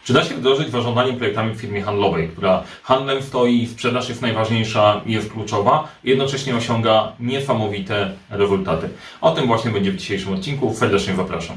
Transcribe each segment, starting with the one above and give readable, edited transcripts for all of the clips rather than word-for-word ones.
Czy da się wdrożyć zarządzanie projektami w firmie handlowej, która handlem stoi, sprzedaż jest najważniejsza i jest kluczowa, i jednocześnie osiąga niesamowite rezultaty? O tym właśnie będzie w dzisiejszym odcinku. Serdecznie zapraszam.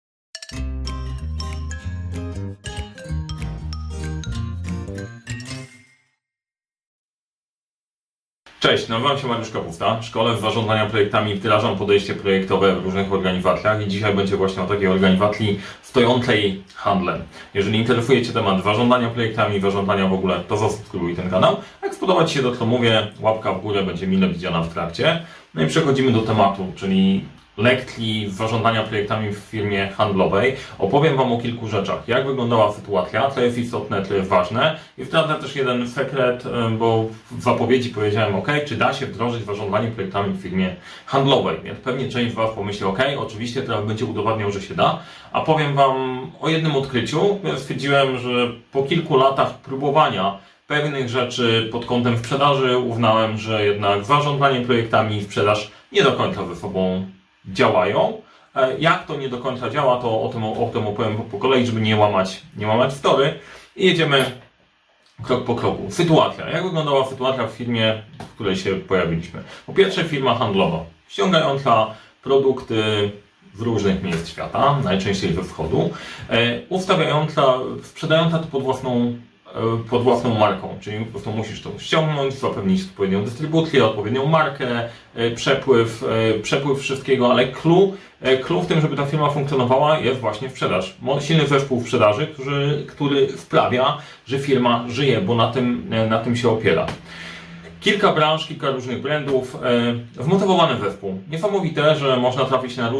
Cześć, nazywam się Mariusz Kapufta. Szkole z zarządzania projektami, wdrażam podejście projektowe w różnych organizacjach i dzisiaj będzie właśnie o takiej organizacji stojącej handlem. Jeżeli interesuje Cię temat zarządzania projektami, zarządzania w ogóle, to zasubskrybuj ten kanał. Jak spodoba Ci się to, co mówię, łapka w górę będzie mile widziana w trakcie. No i przechodzimy do tematu, czyli lekcji zarządzania projektami w firmie handlowej. Opowiem Wam o kilku rzeczach. Jak wyglądała sytuacja, co jest istotne, co jest ważne. I wtrącę też jeden sekret, bo w zapowiedzi powiedziałem, czy da się wdrożyć zarządzanie projektami w firmie handlowej. Więc pewnie część z Was pomyśli, oczywiście teraz będzie udowadniał, że się da. A powiem Wam o jednym odkryciu. Ja stwierdziłem, że po kilku latach próbowania pewnych rzeczy pod kątem sprzedaży uznałem, że jednak zarządzanie projektami i sprzedaż nie do końca ze sobą działają. Jak to nie do końca działa, to o tym opowiem po kolei, żeby nie łamać tory. I jedziemy krok po kroku. Sytuacja. Jak wyglądała sytuacja w firmie, w której się pojawiliśmy? Po pierwsze, firma handlowa, ściągająca produkty z różnych miejsc świata, najczęściej ze wschodu, sprzedająca to pod własną marką, czyli po prostu musisz to ściągnąć, zapewnić odpowiednią dystrybucję, odpowiednią markę, przepływ wszystkiego, ale clue w tym, żeby ta firma funkcjonowała, jest właśnie sprzedaż. Silny zespół sprzedaży, który sprawia, że firma żyje, bo na tym się opiera. Kilka branż, kilka różnych brandów, wmotywowany zespół. Niesamowite, że można trafić na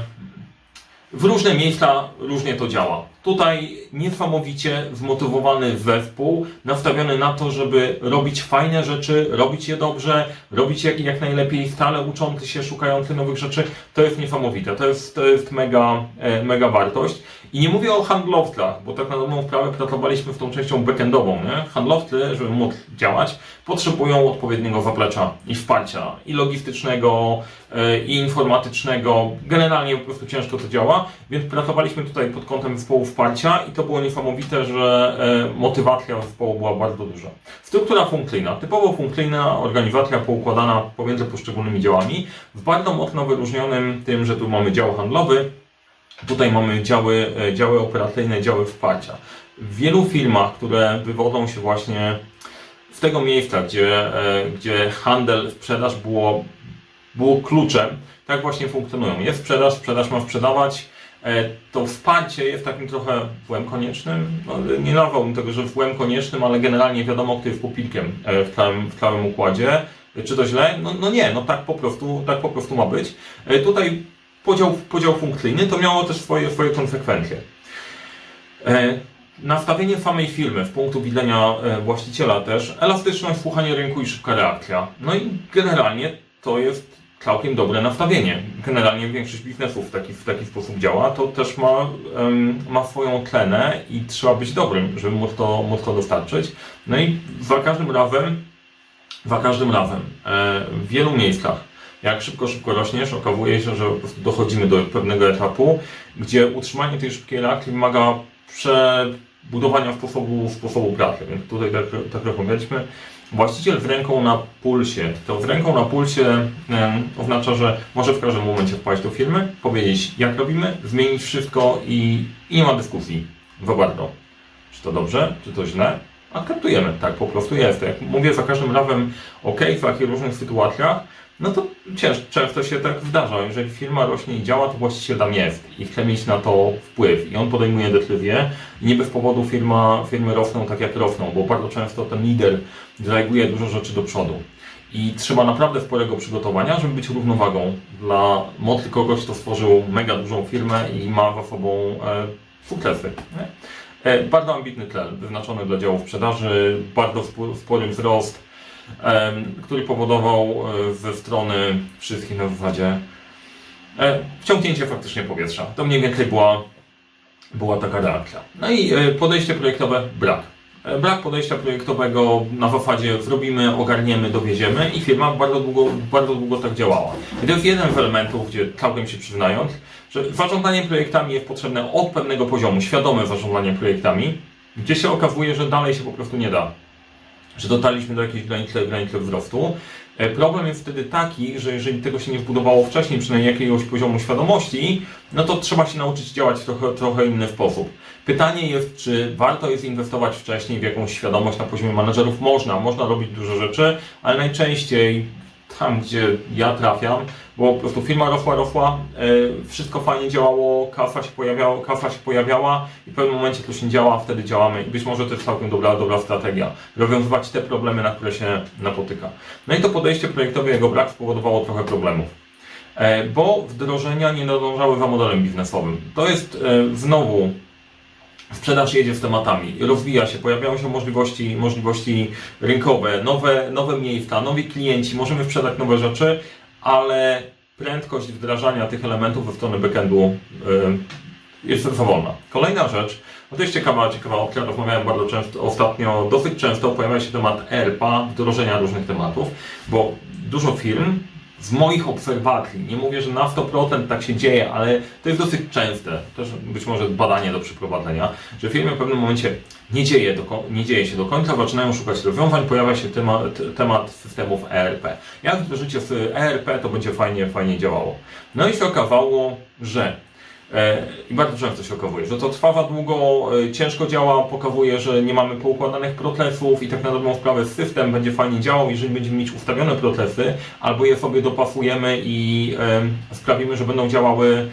w różne miejsca, różnie to działa. Tutaj niesamowicie zmotywowany zespół, nastawiony na to, żeby robić fajne rzeczy, robić je dobrze, robić je jak najlepiej, stale uczący się, szukający nowych rzeczy. To jest niesamowite, to jest mega wartość. I nie mówię o handlowcach, bo tak na dobrą sprawę pracowaliśmy z tą częścią backendową. Nie? Handlowcy, żeby móc działać, potrzebują odpowiedniego zaplecza i wsparcia, i logistycznego, i informatycznego. Generalnie po prostu ciężko to działa, więc pracowaliśmy tutaj pod kątem zespołu wsparcia i to było niesamowite, że motywacja zespołu była bardzo duża. Struktura funkcyjna, typowo funkcyjna organizacja poukładana pomiędzy poszczególnymi działami, w bardzo mocno wyróżnionym tym, że tu mamy dział handlowy, tutaj mamy działy operacyjne, działy wsparcia. W wielu firmach, które wywodzą się właśnie z tego miejsca, gdzie handel, sprzedaż było kluczem, tak właśnie funkcjonują. Jest sprzedaż ma sprzedawać. To wsparcie jest takim trochę złem koniecznym. Nie nazwałbym tego, że złem koniecznym, ale generalnie wiadomo, kto jest pupilkiem w całym układzie. Czy to źle? Nie, tak po prostu ma być. Tutaj podział funkcyjny to miało też swoje konsekwencje. Nastawienie samej firmy z punktu widzenia właściciela też, elastyczność, słuchanie rynku i szybka reakcja. No i generalnie to jest całkiem dobre nastawienie. Generalnie większość biznesów w taki sposób działa. To też ma swoją cenę i trzeba być dobrym, żeby móc to dostarczyć. No i za każdym razem w wielu miejscach, jak szybko rośniesz, okazuje się, że po prostu dochodzimy do pewnego etapu, gdzie utrzymanie tej szybkiej reakcji wymaga przebudowania sposobu pracy. Więc tutaj tak rozmawialiśmy. Właściciel z ręką na pulsie. To z ręką na pulsie oznacza, że może w każdym momencie wpaść do firmy, powiedzieć jak robimy, zmienić wszystko i nie ma dyskusji. Za bardzo. Czy to dobrze, czy to źle? Akceptujemy, tak po prostu jest. Jak mówię za każdym razem w takich różnych sytuacjach, no to często się tak zdarza. Jeżeli firma rośnie i działa, to właściciel tam jest i chce mieć na to wpływ i on podejmuje decyzje i nie bez powodu firmy rosną tak jak rosną, bo bardzo często ten lider drajguje dużo rzeczy do przodu i trzeba naprawdę sporego przygotowania, żeby być równowagą dla mocy kogoś, kto stworzył mega dużą firmę i ma za sobą sukcesy. Bardzo ambitny cel wyznaczony dla działu sprzedaży, bardzo spory wzrost, który powodował ze strony wszystkich na zasadzie wciągnięcie faktycznie powietrza. To mniej więcej była taka reakcja. No i podejście projektowe brak. Brak podejścia projektowego na zasadzie zrobimy, ogarniemy, dowieziemy i firma bardzo długo tak działała. I to jest jeden z elementów, gdzie całkiem się przyznając, że zarządzanie projektami jest potrzebne od pewnego poziomu, świadome zarządzanie projektami, gdzie się okazuje, że dalej się po prostu nie da, że dotarliśmy do jakiejś granicy wzrostu. Problem jest wtedy taki, że jeżeli tego się nie wbudowało wcześniej, przynajmniej jakiegoś poziomu świadomości, no to trzeba się nauczyć działać w trochę inny sposób. Pytanie jest, czy warto jest inwestować wcześniej w jakąś świadomość na poziomie menedżerów? Można robić dużo rzeczy, ale najczęściej tam, gdzie ja trafiam, bo po prostu firma rosła, wszystko fajnie działało, kasa się pojawiała i w pewnym momencie to się działa, wtedy działamy i być może to jest całkiem dobra strategia. Rozwiązywać te problemy, na które się napotyka. No i to podejście projektowe, jego brak spowodowało trochę problemów. Bo wdrożenia nie nadążały za modelem biznesowym. To jest znowu sprzedaż jedzie z tematami, rozwija się, pojawiają się możliwości rynkowe, nowe miejsca, nowi klienci, możemy sprzedać nowe rzeczy, ale prędkość wdrażania tych elementów ze strony backendu jest za wolna. Kolejna rzecz, no to jest ciekawa, o której rozmawiałem bardzo często, ostatnio dosyć często pojawia się temat ERP-a, wdrożenia różnych tematów, bo dużo firm z moich obserwacji, nie mówię, że na 100% tak się dzieje, ale to jest dosyć częste, też być może badanie do przeprowadzenia, że firmy w pewnym momencie nie dzieje się do końca, zaczynają szukać rozwiązań, pojawia się temat systemów ERP. Jak wdrożycie w ERP, to będzie fajnie działało. No i się okazało, że i bardzo często się okazuje, że to trwa za długo, ciężko działa, pokazuje, że nie mamy poukładanych procesów i tak na dobrą sprawę system będzie fajnie działał, jeżeli będziemy mieć ustawione procesy, albo je sobie dopasujemy i sprawimy, że będą działały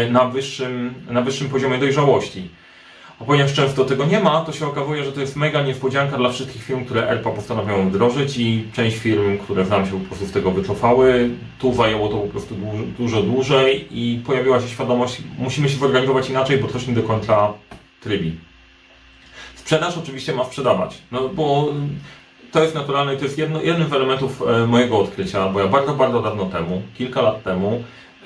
na wyższym poziomie dojrzałości. A ponieważ często tego nie ma, to się okazuje, że to jest mega niespodzianka dla wszystkich firm, które ERP postanawiają wdrożyć i część firm, które znam się po prostu z tego wycofały, tu zajęło to po prostu dużo dłużej i pojawiła się świadomość, musimy się zorganizować inaczej, bo coś nie do końca trybi. Sprzedaż oczywiście ma sprzedawać, no bo to jest naturalne i to jest jednym z elementów mojego odkrycia, bo ja bardzo dawno temu, kilka lat temu,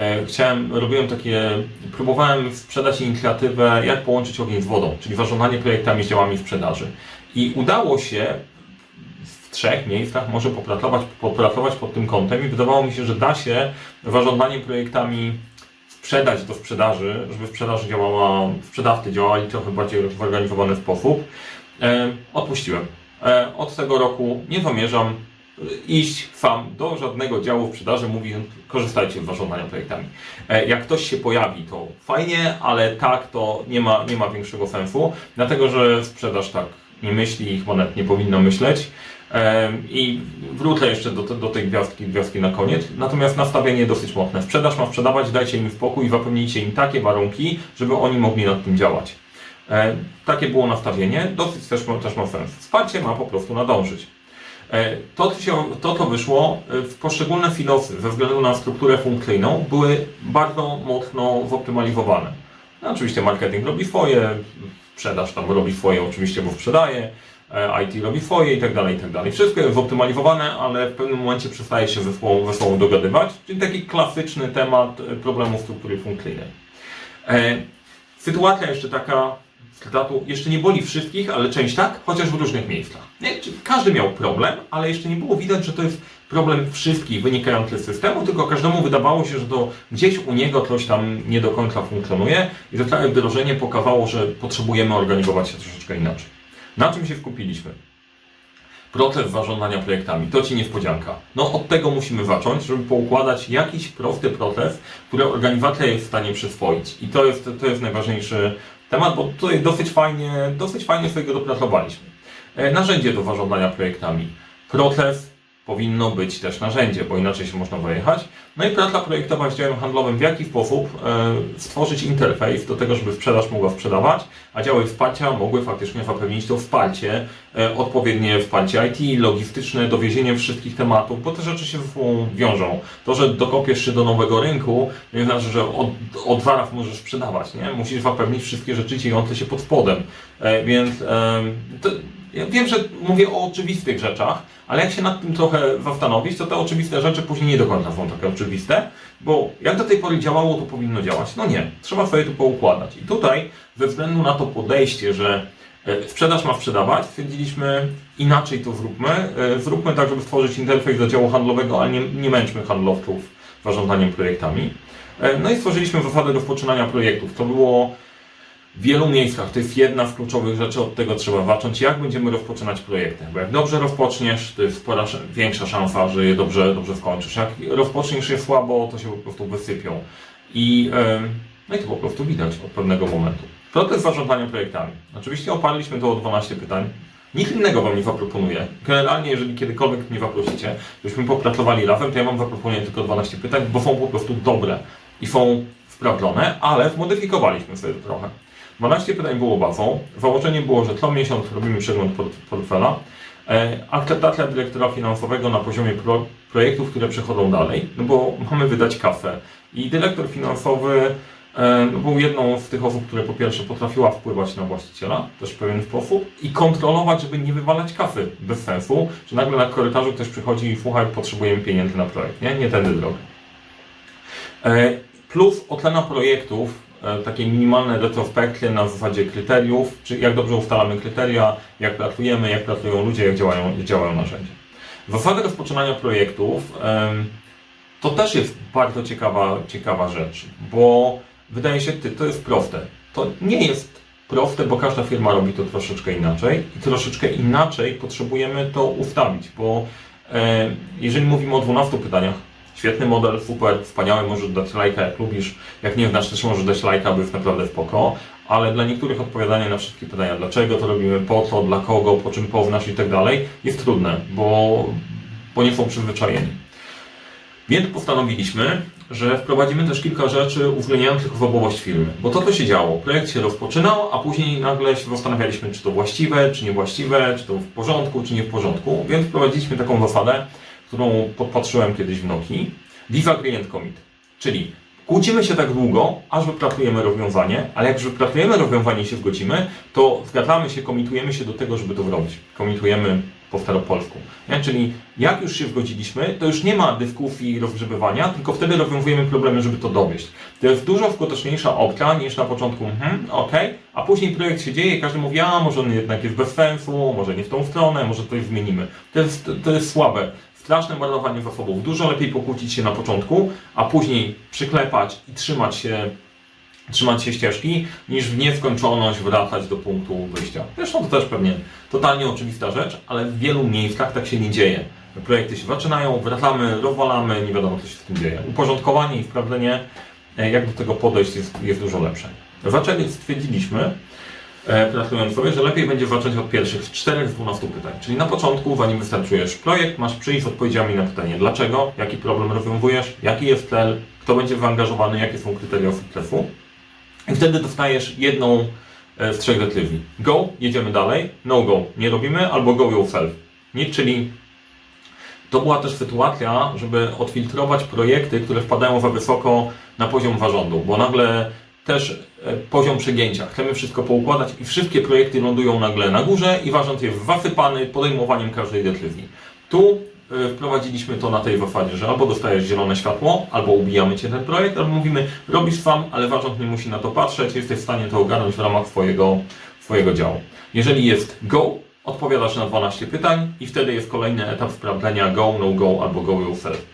próbowałem sprzedać inicjatywę, jak połączyć ogień z wodą, czyli zarządzanie projektami z działami sprzedaży. I udało się w 3 miejscach może popracować pod tym kątem i wydawało mi się, że da się zarządzanie projektami sprzedać do sprzedaży, żeby sprzedawcy działali trochę bardziej w zorganizowany sposób. Odpuściłem. Od tego roku nie zamierzam iść sam do żadnego działu sprzedaży, mówiąc, korzystajcie z zarządzania projektami. Jak ktoś się pojawi, to fajnie, ale tak, to nie ma większego sensu, dlatego że sprzedaż tak nie myśli, ich monet nie powinno myśleć. I wrócę jeszcze do tej gwiazdki na koniec. Natomiast nastawienie dosyć mocne. Sprzedaż ma sprzedawać, dajcie im spokój i zapewnijcie im takie warunki, żeby oni mogli nad tym działać. Takie było nastawienie, dosyć też ma sens. Wsparcie ma po prostu nadążyć. To, co wyszło, w poszczególne silosy ze względu na strukturę funkcyjną były bardzo mocno zoptymalizowane. No, oczywiście marketing robi swoje, sprzedaż tam robi swoje oczywiście, bo sprzedaje, IT robi swoje i tak dalej. Wszystko jest zoptymalizowane, ale w pewnym momencie przestaje się ze sobą dogadywać, czyli taki klasyczny temat problemu struktury funkcyjnej. Sytuacja jeszcze taka, jeszcze nie boli wszystkich, ale część tak, chociaż w różnych miejscach. Każdy miał problem, ale jeszcze nie było widać, że to jest problem wszystkich wynikający z systemu, tylko każdemu wydawało się, że to gdzieś u niego coś tam nie do końca funkcjonuje i to całe wdrożenie pokazało, że potrzebujemy organizować się troszeczkę inaczej. Na czym się skupiliśmy? Proces zarządzania projektami. To Ci niespodzianka. No od tego musimy zacząć, żeby poukładać jakiś prosty proces, który organizacja jest w stanie przyswoić. I to jest najważniejszy temat, bo tutaj dosyć fajnie sobie go dopracowaliśmy. Narzędzie do zarządzania projektami. Proces powinno być też narzędzie, bo inaczej się można wyjechać. No i praca projektowa z działem handlowym, w jaki sposób stworzyć interfejs do tego, żeby sprzedaż mogła sprzedawać, a działy wsparcia mogły faktycznie zapewnić to wsparcie, odpowiednie wsparcie IT, logistyczne, dowiezienie wszystkich tematów, bo te rzeczy się ze sobą wiążą. To, że dokopiesz się do nowego rynku, nie znaczy, że od zaraz możesz sprzedawać, nie? Musisz zapewnić wszystkie rzeczy dziejące się pod spodem. Ja wiem, że mówię o oczywistych rzeczach, ale jak się nad tym trochę zastanowić, to te oczywiste rzeczy później nie do końca są takie oczywiste, bo jak do tej pory działało, to powinno działać. No nie, trzeba sobie to poukładać. I tutaj, ze względu na to podejście, że sprzedaż ma sprzedawać, stwierdziliśmy, inaczej to zróbmy. Zróbmy tak, żeby stworzyć interfejs do działu handlowego, ale nie męczmy handlowców zarządzaniem projektami. No i stworzyliśmy zasadę rozpoczynania projektów. To było W wielu miejscach to jest jedna z kluczowych rzeczy, od tego trzeba zacząć, jak będziemy rozpoczynać projekty. Bo jak dobrze rozpoczniesz, to jest spora większa szansa, że je dobrze skończysz. Jak rozpoczniesz je słabo, to się po prostu wysypią. No i to po prostu widać od pewnego momentu. Proces zarządzania projektami. Oczywiście oparliśmy to o 12 pytań. Nic innego Wam nie zaproponuję. Generalnie, jeżeli kiedykolwiek mnie zaprosicie, żebyśmy popracowali razem, to ja Wam zaproponuję tylko 12 pytań, bo są po prostu dobre i są sprawdzone, ale zmodyfikowaliśmy sobie trochę. 12 pytań było bazą. Założenie było, że co miesiąc robimy przegląd portfela. Akceptacja dyrektora finansowego na poziomie projektów, które przechodzą dalej, no bo mamy wydać kasę. I dyrektor finansowy był jedną z tych osób, które po pierwsze potrafiła wpływać na właściciela, też w pewien sposób, i kontrolować, żeby nie wywalać kasy bez sensu, że nagle na korytarzu ktoś przychodzi i słuchaj, potrzebujemy pieniędzy na projekt, nie tędy droga. Plus ocena projektów, takie minimalne retrospekcje na zasadzie kryteriów, czy jak dobrze ustalamy kryteria, jak pracujemy, jak pracują ludzie, jak działają narzędzia. Zasady rozpoczynania projektów to też jest bardzo ciekawa rzecz, bo wydaje się, to jest proste. To nie jest proste, bo każda firma robi to troszeczkę inaczej i troszeczkę inaczej potrzebujemy to ustawić, bo jeżeli mówimy o 12 pytaniach, świetny model, super, wspaniały, możesz dać lajka jak lubisz, jak nie znasz, też możesz dać lajka, bo jest naprawdę spoko, ale dla niektórych odpowiadanie na wszystkie pytania, dlaczego to robimy, po co, dla kogo, po czym poznasz i tak dalej, jest trudne, bo nie są przyzwyczajeni. Więc postanowiliśmy, że wprowadzimy też kilka rzeczy uwzględniających osobowość firmy. Bo to się działo. Projekt się rozpoczynał, a później nagle się zastanawialiśmy, czy to właściwe, czy niewłaściwe, czy to w porządku, czy nie w porządku. Więc wprowadziliśmy taką zasadę, którą podpatrzyłem kiedyś w Nokii. Disagreement commit. Czyli kłócimy się tak długo, aż wypracujemy rozwiązanie, ale jak już wypracujemy rozwiązanie i się zgodzimy, to zgadzamy się, komitujemy się do tego, żeby to zrobić. Komitujemy po staropolsku. Czyli jak już się zgodziliśmy, to już nie ma dyskusji i rozgrzebywania, tylko wtedy rozwiązujemy problemy, żeby to dowieść. To jest dużo skuteczniejsza opcja niż na początku, a później projekt się dzieje i każdy mówi, może on jednak jest bez sensu, może nie w tą stronę, może coś zmienimy. To jest słabe. Straszne marnowanie zasobów. Dużo lepiej pokłócić się na początku, a później przyklepać i trzymać się ścieżki, niż w nieskończoność wracać do punktu wyjścia. Zresztą to też pewnie totalnie oczywista rzecz, ale w wielu miejscach tak się nie dzieje. Projekty się zaczynają, wracamy, rozwalamy, nie wiadomo co się z tym dzieje. Uporządkowanie i sprawdzenie, jak do tego podejść jest dużo lepsze. Stwierdziliśmy, pracując sobie, że lepiej będzie zacząć od pierwszych 4 z 12 pytań. Czyli na początku, zanim wystartujesz projekt, masz przyjść z odpowiedziami na pytanie dlaczego, jaki problem rozwiązujesz, jaki jest cel, kto będzie zaangażowany, jakie są kryteria sukcesu. I wtedy dostajesz jedną z 3 decyzji. Go, jedziemy dalej, no go, nie robimy, albo go yourself. Czyli to była też sytuacja, żeby odfiltrować projekty, które wpadają za wysoko na poziom zarządu, bo nagle też poziom przegięcia. Chcemy wszystko poukładać i wszystkie projekty lądują nagle na górze i zarząd jest zasypany podejmowaniem każdej decyzji. Tu wprowadziliśmy to na tej zasadzie, że albo dostajesz zielone światło, albo ubijamy Cię ten projekt, albo mówimy, robisz sam, ale zarząd nie musi na to patrzeć, jesteś w stanie to ogarnąć w ramach swojego działu. Jeżeli jest go, odpowiadasz na 12 pytań i wtedy jest kolejny etap sprawdzenia go, no go albo go yourself.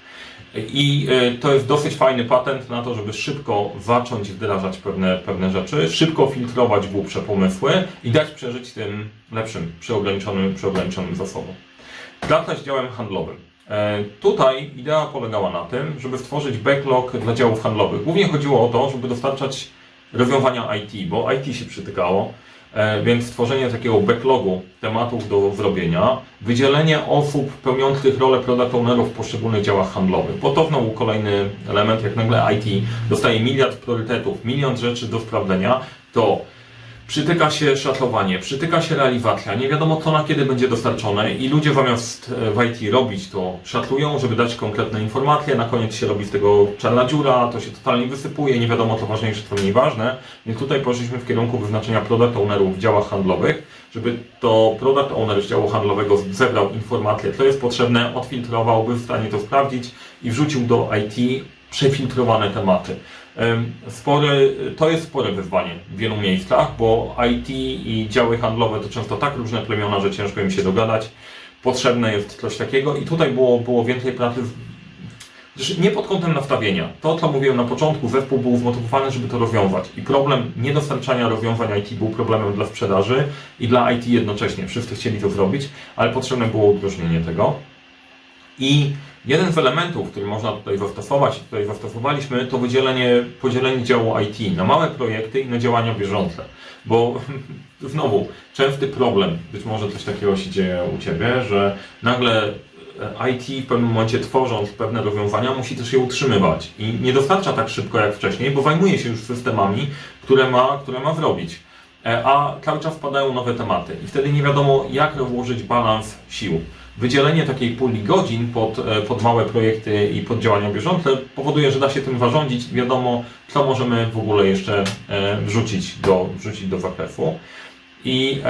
I to jest dosyć fajny patent na to, żeby szybko zacząć wdrażać pewne rzeczy, szybko filtrować głupsze pomysły i dać przeżyć tym lepszym, przy ograniczonym zasobom. Praca z działem handlowym. Tutaj idea polegała na tym, żeby stworzyć backlog dla działów handlowych. Głównie chodziło o to, żeby dostarczać rozwiązania IT, bo IT się przytykało, więc stworzenie takiego backlogu tematów do zrobienia, wydzielenie osób pełniących rolę product ownerów w poszczególnych działach handlowych, bo to znowu kolejny element, jak nagle IT dostaje miliard priorytetów, milion rzeczy do sprawdzenia, to przytyka się szacowanie, przytyka się realizacja, nie wiadomo co na kiedy będzie dostarczone i ludzie zamiast w IT robić to szacują, żeby dać konkretne informacje, na koniec się robi z tego czarna dziura, to się totalnie wysypuje, nie wiadomo co ważniejsze, co mniej ważne, więc tutaj poszliśmy w kierunku wyznaczenia product ownerów w działach handlowych, żeby to product owner z działu handlowego zebrał informacje, co jest potrzebne, odfiltrował, był w stanie to sprawdzić i wrzucił do IT przefiltrowane tematy. To jest spore wyzwanie w wielu miejscach, bo IT i działy handlowe to często tak różne plemiona, że ciężko im się dogadać. Potrzebne jest coś takiego i tutaj było więcej pracy Nie pod kątem nastawienia. To, co mówiłem na początku, zespół był zmotywowany, żeby to rozwiązać. I problem niedostarczania rozwiązań IT był problemem dla sprzedaży i dla IT jednocześnie. Wszyscy chcieli to zrobić, ale potrzebne było udrożnienie tego. I jeden z elementów, który można tutaj zastosować, tutaj zastosowaliśmy, to podzielenie działu IT na małe projekty i na działania bieżące. Bo znowu, częsty problem, być może coś takiego się dzieje u Ciebie, że nagle IT w pewnym momencie, tworząc pewne rozwiązania, musi też je utrzymywać i nie dostarcza tak szybko jak wcześniej, bo zajmuje się już systemami, które ma zrobić. A cały czas wpadają nowe tematy i wtedy nie wiadomo, jak rozłożyć balans sił. Wydzielenie takiej puli godzin pod małe projekty i pod działania bieżące powoduje, że da się tym zarządzić. Wiadomo, co możemy w ogóle jeszcze wrzucić do zakresu. I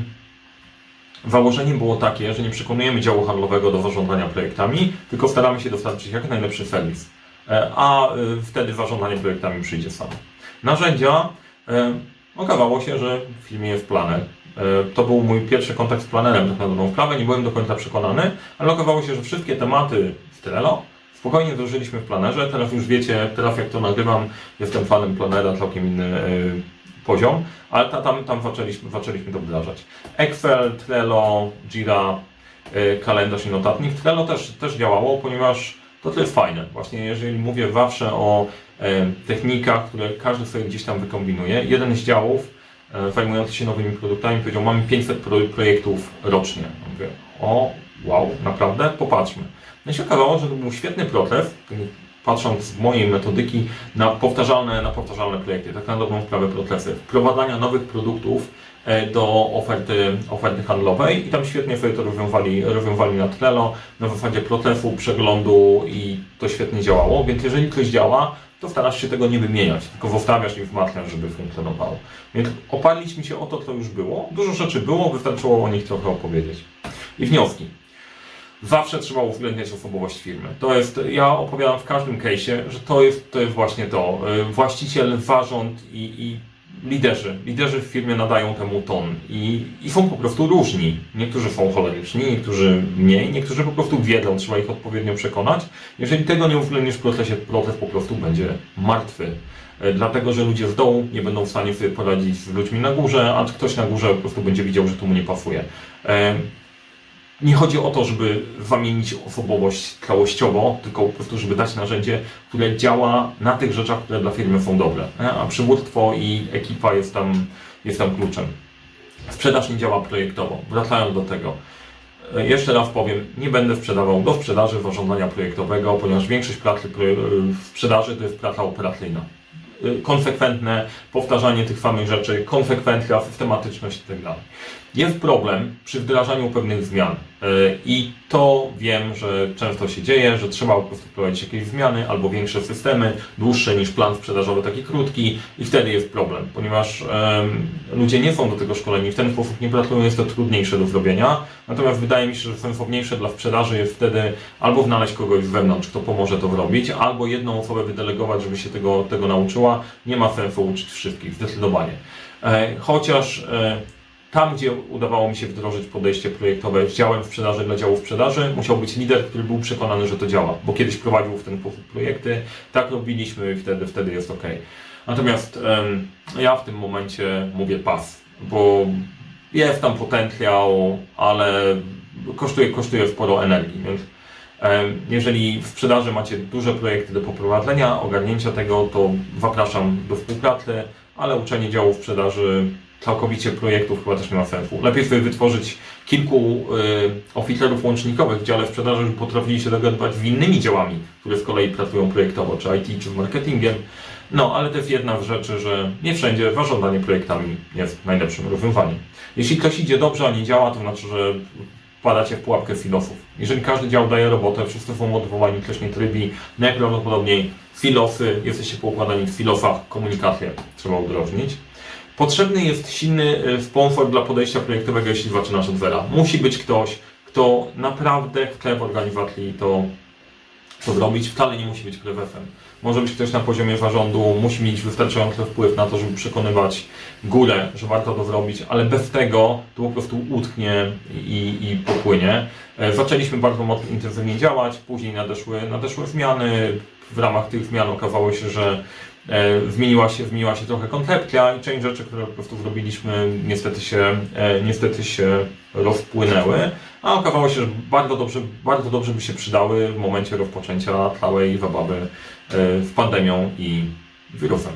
założenie było takie, że nie przekonujemy działu handlowego do zarządzania projektami, tylko staramy się dostarczyć jak najlepszy serwis. A wtedy zarządzanie projektami przyjdzie samo. Narzędzia. Okazało się, że w firmie jest planer. To był mój pierwszy kontakt z planerem, tak na dobrą sprawę, nie byłem do końca przekonany, ale okazało się, że wszystkie tematy z Trello spokojnie wdrożyliśmy w planerze. Teraz już wiecie, teraz jak to nagrywam, jestem fanem planera, całkiem inny poziom, ale tam zaczęliśmy to wdrażać. Excel, Trello, Jira, kalendarz i notatnik. Trello też działało, ponieważ to jest fajne. Właśnie jeżeli mówię zawsze o technikach, które każdy sobie gdzieś tam wykombinuje, jeden z działów zajmujący się nowymi produktami powiedział, mamy 500 projektów rocznie. Mówię, o, wow, naprawdę? Popatrzmy. No i się okazało, że to był świetny proces, patrząc z mojej metodyki na powtarzalne projekty, tak na dobrą sprawę procesy, wprowadzania nowych produktów do oferty handlowej i tam świetnie sobie to rozwiązali na Trello, na zasadzie procesu, przeglądu i to świetnie działało, więc jeżeli coś działa, to starasz się tego nie wymieniać, tylko zostawiasz i wzmacniasz, żeby funkcjonowało. Więc oparliśmy się o to, co już było. Dużo rzeczy było, wystarczyło o nich trochę opowiedzieć. I wnioski. Zawsze trzeba uwzględniać osobowość firmy. Ja opowiadam w każdym case'ie, że to jest właśnie to. Właściciel, zarząd i liderzy w firmie nadają temu ton i są po prostu różni. Niektórzy są choleryczni, niektórzy mniej, niektórzy po prostu wiedzą, trzeba ich odpowiednio przekonać. Jeżeli tego nie uwzględnisz w proces po prostu będzie martwy. Dlatego, że ludzie z dołu nie będą w stanie sobie poradzić z ludźmi na górze, a ktoś na górze po prostu będzie widział, że to mu nie pasuje. Nie chodzi o to, żeby zamienić osobowość całościowo, tylko po prostu, żeby dać narzędzie, które działa na tych rzeczach, które dla firmy są dobre. A przywództwo i ekipa jest tam kluczem. Sprzedaż nie działa projektowo. Wracając do tego. Jeszcze raz powiem, nie będę sprzedawał do sprzedaży zarządzania projektowego, ponieważ większość pracy w sprzedaży to jest praca operacyjna. Konsekwentne powtarzanie tych samych rzeczy, konsekwencja, systematyczność itd. Jest problem przy wdrażaniu pewnych zmian i to wiem, że często się dzieje, że trzeba po prostu wprowadzić jakieś zmiany albo większe systemy, dłuższe niż plan sprzedażowy, taki krótki i wtedy jest problem, ponieważ ludzie nie są do tego szkoleni, w ten sposób nie pracują, jest to trudniejsze do zrobienia, natomiast wydaje mi się, że sensowniejsze dla sprzedaży jest wtedy albo znaleźć kogoś z wewnątrz, kto pomoże to zrobić, albo jedną osobę wydelegować, żeby się tego nauczyła. Nie ma sensu uczyć wszystkich, zdecydowanie. Chociaż tam, gdzie udawało mi się wdrożyć podejście projektowe z działem sprzedaży dla działu sprzedaży, musiał być lider, który był przekonany, że to działa, bo kiedyś prowadził w ten sposób projekty, tak robiliśmy i wtedy jest ok. Natomiast ja w tym momencie mówię pas, bo jest tam potencjał, ale kosztuje sporo energii, więc jeżeli w sprzedaży macie duże projekty do poprowadzenia, ogarnięcia tego, to zapraszam do współpracy, ale uczenie działu sprzedaży całkowicie projektów chyba też nie ma sensu. Lepiej sobie wytworzyć kilku oficerów łącznikowych w dziale sprzedaży, żeby potrafili się dogadywać z innymi działami, które z kolei pracują projektowo, czy IT, czy z marketingiem. No, ale to jest jedna z rzeczy, że nie wszędzie zarządzanie projektami jest najlepszym rozwiązaniem. Jeśli ktoś idzie dobrze, a nie działa, to znaczy, że wpadacie w pułapkę silosów. Jeżeli każdy dział daje robotę, wszyscy są motywowani, ktoś nie trybi, najprawdopodobniej silosy, jesteście poukładani w silosach, komunikację trzeba udrożnić. Potrzebny jest silny sponsor dla podejścia projektowego, jeśli zaczynasz od zera. Musi być ktoś, kto naprawdę chce w organizacji to to zrobić. Wcale nie musi być prezesem. Może być ktoś na poziomie zarządu, musi mieć wystarczający wpływ na to, żeby przekonywać górę, że warto to zrobić, ale bez tego to po prostu utknie i popłynie. Zaczęliśmy bardzo mocno intensywnie działać, później nadeszły zmiany. W ramach tych zmian okazało się, że zmieniła się trochę koncepcja i część rzeczy, które po prostu zrobiliśmy, niestety się rozpłynęły, a okazało się, że bardzo dobrze by się przydały w momencie rozpoczęcia całej zabawy z pandemią i wirusem.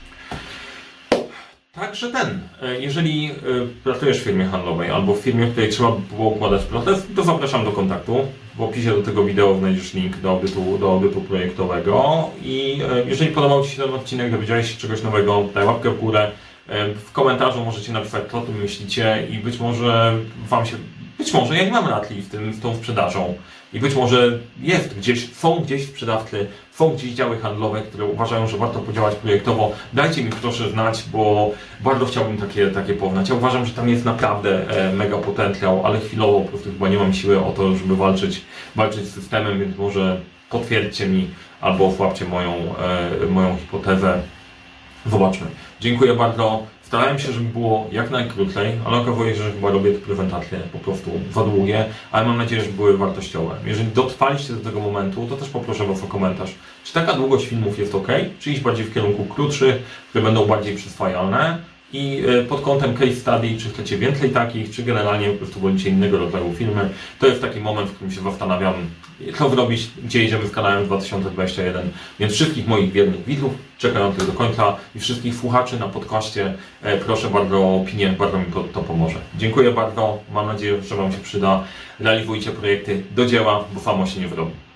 Także jeżeli pracujesz w firmie handlowej albo w firmie, w której trzeba było układać proces, to zapraszam do kontaktu. W opisie do tego wideo znajdziesz link do audytu projektowego i jeżeli podobał Ci się ten odcinek, dowiedziałeś się czegoś nowego, daj łapkę w górę. W komentarzu możecie napisać, co o tym myślicie i być może jak mam ratli z tą sprzedażą i być może są gdzieś sprzedawcy, są gdzieś działy handlowe, które uważają, że warto podziałać projektowo. Dajcie mi proszę znać, bo bardzo chciałbym takie poznać. Ja uważam, że tam jest naprawdę mega potencjał, ale chwilowo po prostu chyba nie mam siły o to, żeby walczyć z systemem, więc może potwierdźcie mi albo osłabcie moją hipotezę. Zobaczmy. Dziękuję bardzo. Starałem się, żeby było jak najkrócej, ale okazuje się, że chyba robię te prezentacje po prostu za długie, ale mam nadzieję, że były wartościowe. Jeżeli dotrwaliście do tego momentu, to też poproszę Was o komentarz. Czy taka długość filmów jest ok? Czy iść bardziej w kierunku krótszych, które będą bardziej przyswajalne? I pod kątem case study, czy chcecie więcej takich, czy generalnie po prostu wolicie innego rodzaju filmy, to jest taki moment, w którym się zastanawiam, co zrobić, gdzie idziemy z kanałem 2021. Więc wszystkich moich wiernych widzów, czekających do końca i wszystkich słuchaczy na podcaście, proszę bardzo o opinię, bardzo mi to pomoże. Dziękuję bardzo, mam nadzieję, że Wam się przyda. Realizujcie projekty do dzieła, bo samo się nie wyrobi.